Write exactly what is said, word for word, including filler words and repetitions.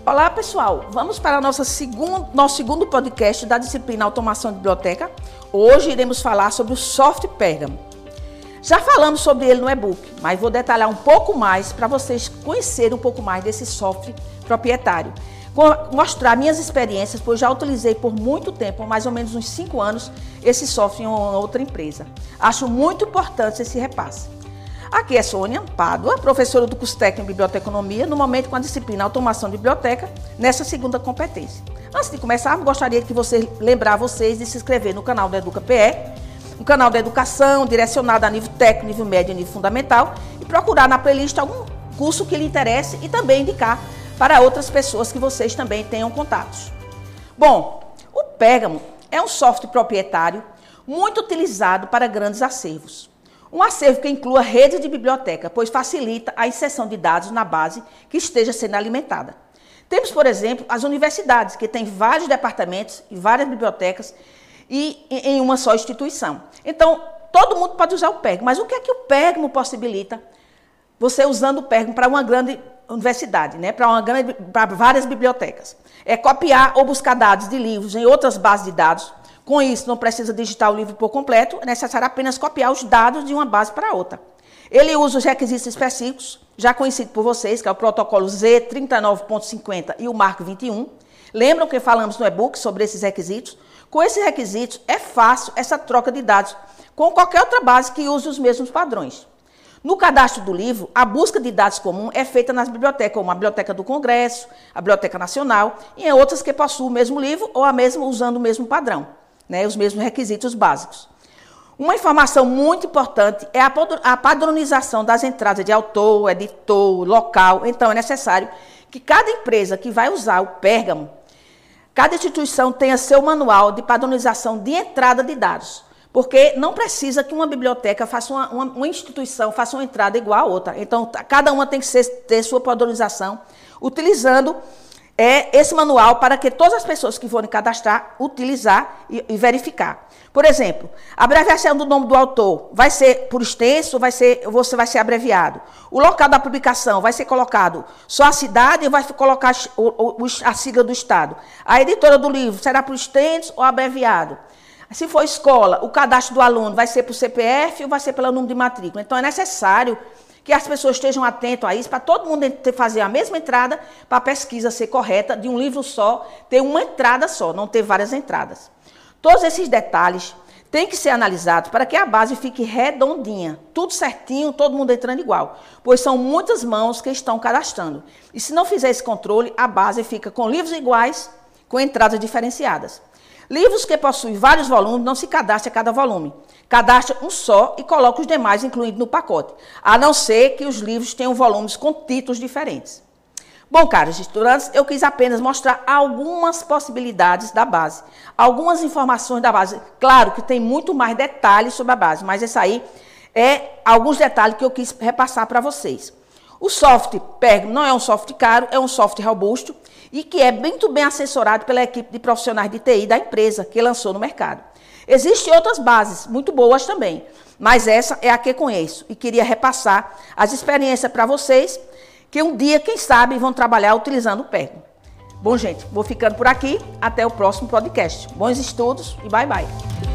Olá pessoal, vamos para nossa segundo, nosso segundo podcast da disciplina Automação de Biblioteca. Hoje iremos falar sobre o software Pérgamo. Já falamos sobre ele no e-book, mas vou detalhar um pouco mais para vocês conhecerem um pouco mais desse software proprietário. Vou mostrar minhas experiências, pois já utilizei por muito tempo, mais ou menos uns cinco anos, esse software em outra empresa. Acho muito importante esse repasse. Aqui é Sônia Pádua, professora do curso técnico de Biblioteconomia, no momento com a disciplina Automação de Biblioteca, nessa segunda competência. Antes de começar, gostaria que você lembrar vocês de se inscrever no canal do Educa P E, um canal de educação direcionado a nível técnico, nível médio e nível fundamental, e procurar na playlist algum curso que lhe interesse e também indicar para outras pessoas que vocês também tenham contatos. Bom, o Pérgamo é um software proprietário muito utilizado para grandes acervos. Um acervo que inclua rede de biblioteca, pois facilita a inserção de dados na base que esteja sendo alimentada. Temos, por exemplo, as universidades, que têm vários departamentos e várias bibliotecas e em uma só instituição. Então, todo mundo pode usar o Pérgamo, mas o que é que o Pérgamo possibilita? Você usando o Pérgamo para uma grande universidade, né? para, uma grande, para várias bibliotecas. É copiar ou buscar dados de livros em outras bases de dados. Com isso, não precisa digitar o livro por completo, é necessário apenas copiar os dados de uma base para outra. Ele usa os requisitos específicos, já conhecido por vocês, que é o protocolo Z trinta e nove ponto cinquenta e o marco vinte e um. Lembram que falamos no e-book sobre esses requisitos? Com esses requisitos, é fácil essa troca de dados com qualquer outra base que use os mesmos padrões. No cadastro do livro, a busca de dados comum é feita nas bibliotecas, como a Biblioteca do Congresso, a Biblioteca Nacional, e em outras que possuem o mesmo livro ou a mesma usando o mesmo padrão. Né, os mesmos requisitos básicos. Uma informação muito importante é a padronização das entradas de autor, editor, local. Então, é necessário que cada empresa que vai usar o Pérgamo, cada instituição tenha seu manual de padronização de entrada de dados, porque não precisa que uma biblioteca faça uma, uma, uma instituição faça uma entrada igual a outra. Então, cada uma tem que ser, ter sua padronização, utilizando É esse manual para que todas as pessoas que forem cadastrar, utilizar e, e verificar. Por exemplo, a abreviação do nome do autor vai ser por extenso, vai ser, você vai ser abreviado. O local da publicação vai ser colocado só a cidade e vai colocar o, o, a sigla do estado. A editora do livro será por extenso ou abreviado. Se for escola, o cadastro do aluno vai ser por C P F ou vai ser pelo número de matrícula. Então, é necessário que as pessoas estejam atentas a isso, para todo mundo fazer a mesma entrada, para a pesquisa ser correta, de um livro só, ter uma entrada só, não ter várias entradas. Todos esses detalhes têm que ser analisados para que a base fique redondinha, tudo certinho, todo mundo entrando igual, pois são muitas mãos que estão cadastrando. E se não fizer esse controle, a base fica com livros iguais, com entradas diferenciadas. Livros que possuem vários volumes não se cadastra a cada volume. Cadastra um só e coloca os demais incluídos no pacote, a não ser que os livros tenham volumes com títulos diferentes. Bom, caros estudantes, eu quis apenas mostrar algumas possibilidades da base, algumas informações da base. Claro que tem muito mais detalhes sobre a base, mas esse aí é alguns detalhes que eu quis repassar para vocês. O software Pérgamo não é um software caro, é um software robusto e que é muito bem assessorado pela equipe de profissionais de T I da empresa que lançou no mercado. Existem outras bases muito boas também, mas essa é a que conheço e queria repassar as experiências para vocês que um dia, quem sabe, vão trabalhar utilizando o Pérgamo. Bom, gente, vou ficando por aqui. Até o próximo podcast. Bons estudos e bye, bye.